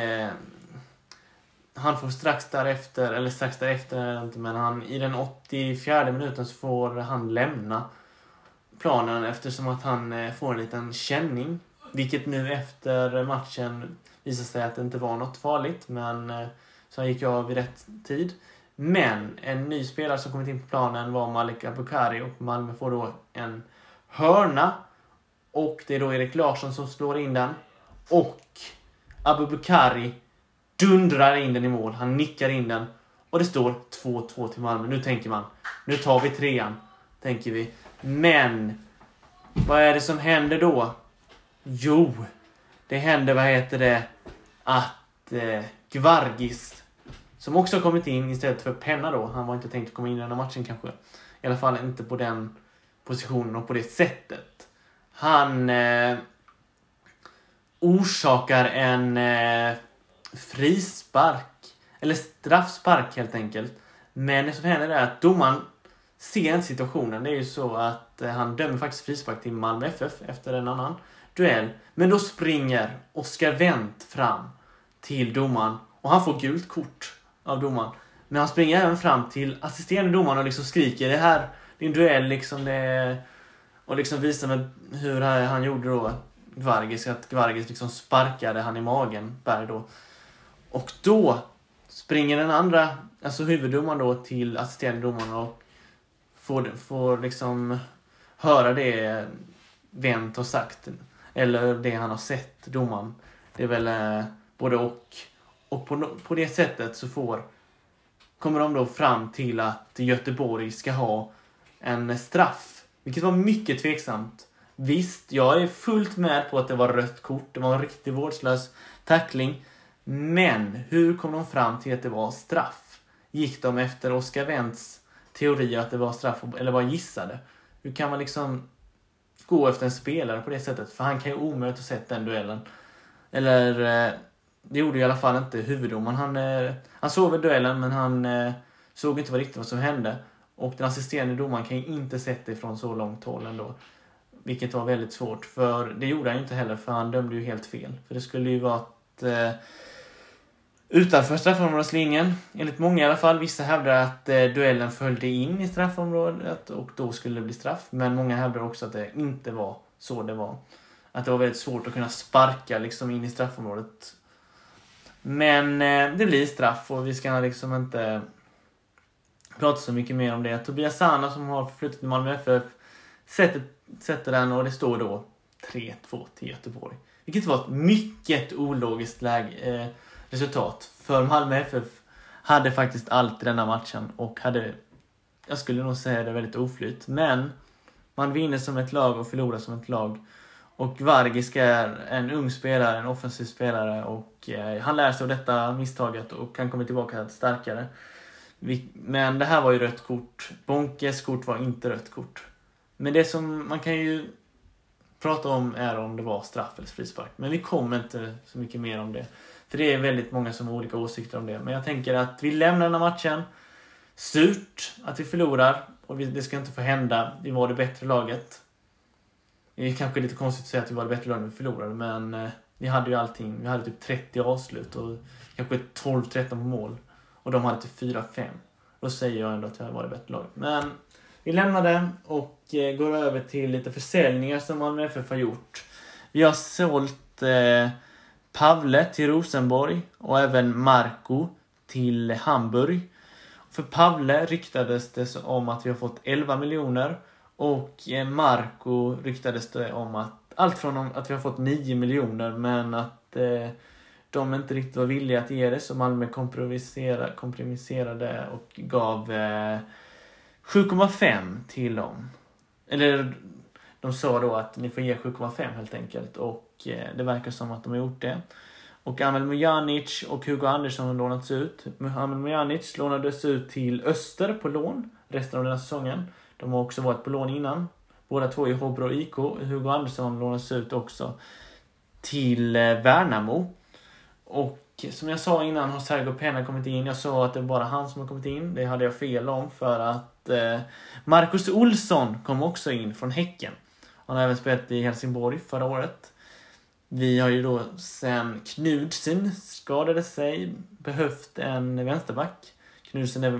han får strax därefter, men i den 84:e minuten så får han lämna planen eftersom att han får en liten känning. Vilket nu efter matchen visar sig att det inte var något farligt, men så han gick av vid rätt tid. Men en ny spelare som kommit in på planen var Malik Abubakari och Malmö får då en hörna. Och det är då Erik Larsson som slår in den. Och Abubakari dundrar in den i mål. Han nickar in den. Och det står 2-2 till Malmö. Nu tänker man, nu tar vi 3:an, tänker vi. Men vad är det som händer då? Jo, det händer, att Gvargis, som också har kommit in istället för Penna då. Han var inte tänkt att komma in i den här matchen kanske. I alla fall inte på den positionen och på det sättet. Han orsakar en frispark. Eller straffspark helt enkelt. Men det som händer är att domaren ser inte situationen. Det är ju så att han dömer faktiskt frispark till Malmö FF efter en annan duell. Men då springer Oskar Wendt fram till domaren. Och han får gult kort av domaren. Men han springer även fram till assisterande domaren och liksom skriker det är en duell liksom och liksom visar med hur han gjorde då Gvargis, att Gvargis liksom sparkade han i magen Berg då. Och då springer den andra, alltså huvuddomaren då, till assisterande domaren och får liksom höra det Wendt har sagt eller det han har sett domaren. Det är väl både och på det sättet så kommer de då fram till att Göteborg ska ha en straff. Vilket var mycket tveksamt. Visst, jag är fullt med på att det var rött kort. Det var en riktigt vårdslös tackling. Men hur kom de fram till att det var straff? Gick de efter Oskar Wendts teori att det var straff eller bara gissade? Hur kan man liksom gå efter en spelare på det sättet? För han kan ju omöjligt ha sett den duellen. Eller det gjorde i alla fall inte huvuddomaren. Han såg väl duellen, men han såg inte riktigt vad som hände. Och den assisterande domaren kan ju inte sett det från så långt håll ändå. Vilket var väldigt svårt. För det gjorde han ju inte heller, för han dömde ju helt fel. För det skulle ju vara utanför straffområdeslinjen. Enligt många i alla fall. Vissa hävdar att duellen följde in i straffområdet och då skulle det bli straff. Men många hävdar också att det inte var så det var. Att det var väldigt svårt att kunna sparka liksom in i straffområdet. Men det blir straff och vi ska liksom inte prata så mycket mer om det. Tobias Sana som har flyttat till Malmö FF sätter den och det står då 3-2 till Göteborg. Vilket var ett mycket ologiskt resultat. För Malmö FF hade faktiskt allt i denna matchen och jag skulle nog säga det väldigt oflyt. Men man vinner som ett lag och förlorar som ett lag. Och Gvargis är en ung spelare, en offensiv spelare och han lär sig av detta misstaget och kan komma tillbaka starkare. Men det här var ju rött kort. Bonkes kort var inte rött kort. Men det som man kan ju prata om är om det var straff eller frispark. Men vi kommer inte så mycket mer om det. För det är väldigt många som har olika åsikter om det. Men jag tänker att vi lämnar den här matchen. Surt att vi förlorar. Och det ska inte få hända. Vi var det bättre laget. Det är kanske lite konstigt att säga att vi var det bättre laget när vi förlorade. Men Vi hade ju allting. Vi hade typ 30 avslut och kanske 12-13 på mål. Och de hade typ 4-5. Då säger jag ändå att vi var det bättre lag. Men vi lämnar det och går över till lite försäljningar som Malmö FF har gjort. Vi har sålt Pavle till Rosenborg och även Marco till Hamburg. För Pavle ryktades det om att vi har fått 11 miljoner och Marco ryktades det om att allt från att vi har fått 9 miljoner men att de inte riktigt var villiga att ge det, så Malmö kompromisserade och gav 7,5 till dem. Eller de sa då att ni får ge 7,5 helt enkelt, och det verkar som att de har gjort det. Och Amel Mujanic och Hugo Andersson har lånats ut. Amel Mujanic lånades ut till Öster på lån resten av den här säsongen. De har också varit på lån innan. Båda två i Hobro IK. Hugo Andersson lånades ut också till Värnamo. Och som jag sa innan har Sergio Penna kommit in. Jag sa att det är bara han som har kommit in. Det hade jag fel om, för att Marcus Olsson kom också in från Häcken. Han har även spelat i Helsingborg förra året. Vi har ju då sen Knudsen skadade sig behövt en vänsterback. Knudsen är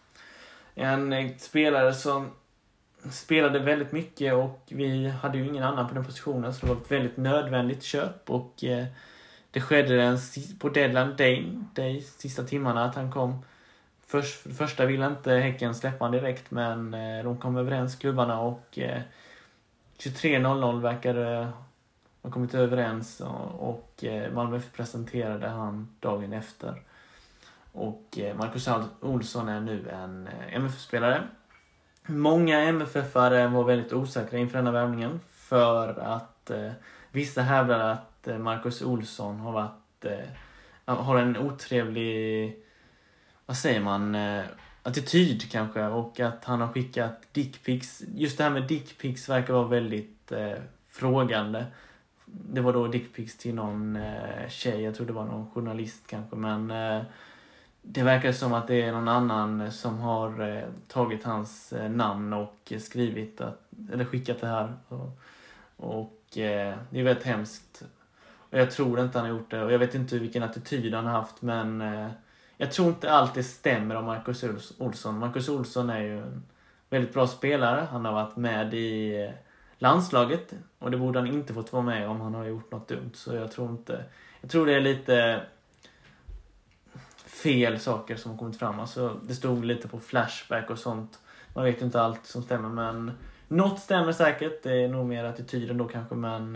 en spelare som spelade väldigt mycket och vi hade ju ingen annan på den positionen, så det var ett väldigt nödvändigt köp. Och det skedde på deadline day sista timmarna att han kom. Första ville inte Häcken släppa han direkt, men de kom överens, klubbarna, och 23.00 verkade ha kommit överens, och Malmö presenterade han dagen efter. Och Marcus Olsson är nu en MFF-spelare. Många MFF-are var väldigt osäkra inför den här värvningen, för att vissa hävdar att Marcus Olsson har en otrevlig, vad säger man, attityd kanske, och att han har skickat dickpics. Just det här med dickpics verkar vara väldigt frågande. Det var då dickpics till någon tjej, jag tror det var någon journalist kanske, men det verkar som att det är någon annan som har tagit hans namn och skrivit eller skickat det här. Och det är väldigt hemskt. Och jag tror inte han har gjort det. Och jag vet inte vilken attityd han har haft. Men jag tror inte allt det stämmer om Marcus Olsson. Marcus Olsson är ju en väldigt bra spelare. Han har varit med i landslaget. Och det borde han inte fått vara med om han har gjort något dumt. Så jag tror det är lite fel saker som har kommit fram. Alltså, det stod lite på Flashback och sånt. Man vet inte allt som stämmer, men något stämmer säkert. Det är nog mer attityden då kanske, men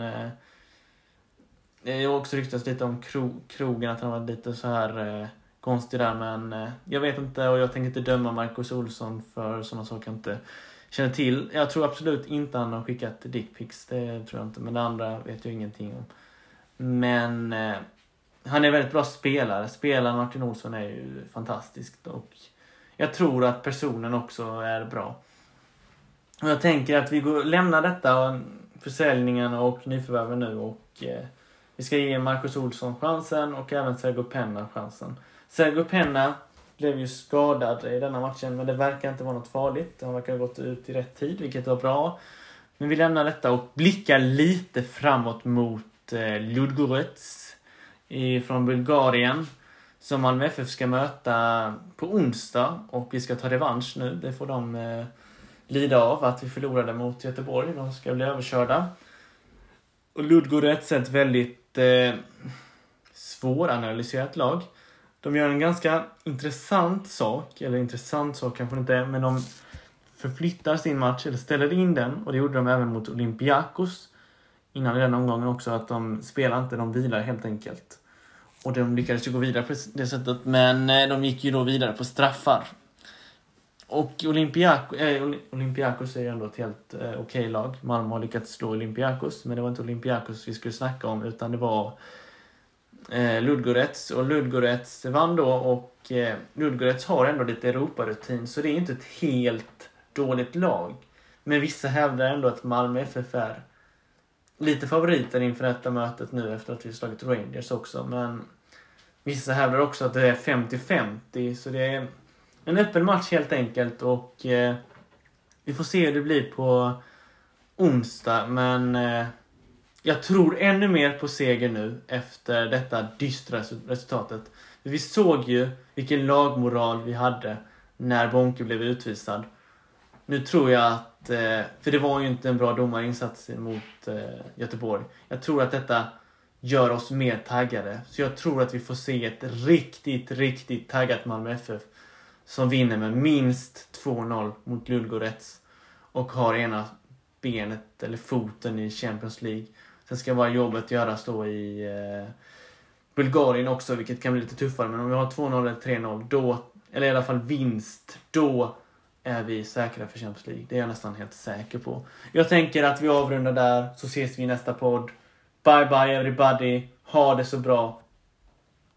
det har också ryktats lite om krogen, att han var lite så här konstig där, men jag vet inte, och jag tänker inte döma Marcus Olsson för sådana saker jag inte känner till. Jag tror absolut inte han har skickat dickpics, det tror jag inte, men det andra vet jag ingenting om. Men han är väldigt bra spelare. Spelaren Martin Olsson är ju fantastisk, och jag tror att personen också är bra. Och jag tänker att vi lämnar detta, försäljningen och nyförvärven nu, och vi ska ge Marcus Olsson chansen och även Sergio Penna chansen. Sergio Penna blev ju skadad i denna matchen, men det verkar inte vara något farligt. Han verkar ha gått ut i rätt tid, vilket var bra. Men vi lämnar detta och blickar lite framåt mot Ludogorets från Bulgarien, som Malmö FF ska möta på onsdag, och vi ska ta revansch nu. Det får de lida av, att vi förlorade mot Göteborg. De ska bli överkörda. Och Ludogorets är ett väldigt svåranalyserat lag. De gör en ganska intressant sak, eller intressant sak kanske inte, men de förflyttar sin match, eller ställer in den, och det gjorde de även mot Olympiakos innan i den omgången också, att de spelar inte, de vilar helt enkelt. Och de lyckades ju gå vidare på det sättet, men de gick ju då vidare på straffar. Och Olympiakos är ju ändå ett helt okej lag. Malmö har lyckats slå Olympiakos, men det var inte Olympiakos vi skulle snacka om, utan det var Ludogorets. Och Ludogorets vann då, och Ludogorets har ändå lite Europarutin, så det är inte ett helt dåligt lag. Men vissa hävdar ändå att Malmö FF är lite favoriter inför detta mötet nu, efter att vi slagit Rangers också. Men vissa hävdar också att det är 50-50, så det är en öppen match helt enkelt. Och vi får se hur det blir på onsdag, men jag tror ännu mer på seger nu efter detta dystra resultatet. Vi såg ju vilken lagmoral vi hade när Bonke blev utvisad. Nu tror jag att, för det var ju inte en bra domarinsats mot Göteborg. Jag tror att detta gör oss mer taggade. Så jag tror att vi får se ett riktigt taggat Malmö FF som vinner med minst 2-0 mot Ludogorets och har ena benet eller foten i Champions League. Sen ska bara jobbet göras då i Bulgarien också, vilket kan bli lite tuffare. Men om vi har 2-0 eller 3-0 då, eller i alla fall vinst, då är vi säkra för Champions League. Det är jag nästan helt säker på. Jag tänker att vi avrundar där, så ses vi i nästa podd. Bye bye everybody. Ha det så bra.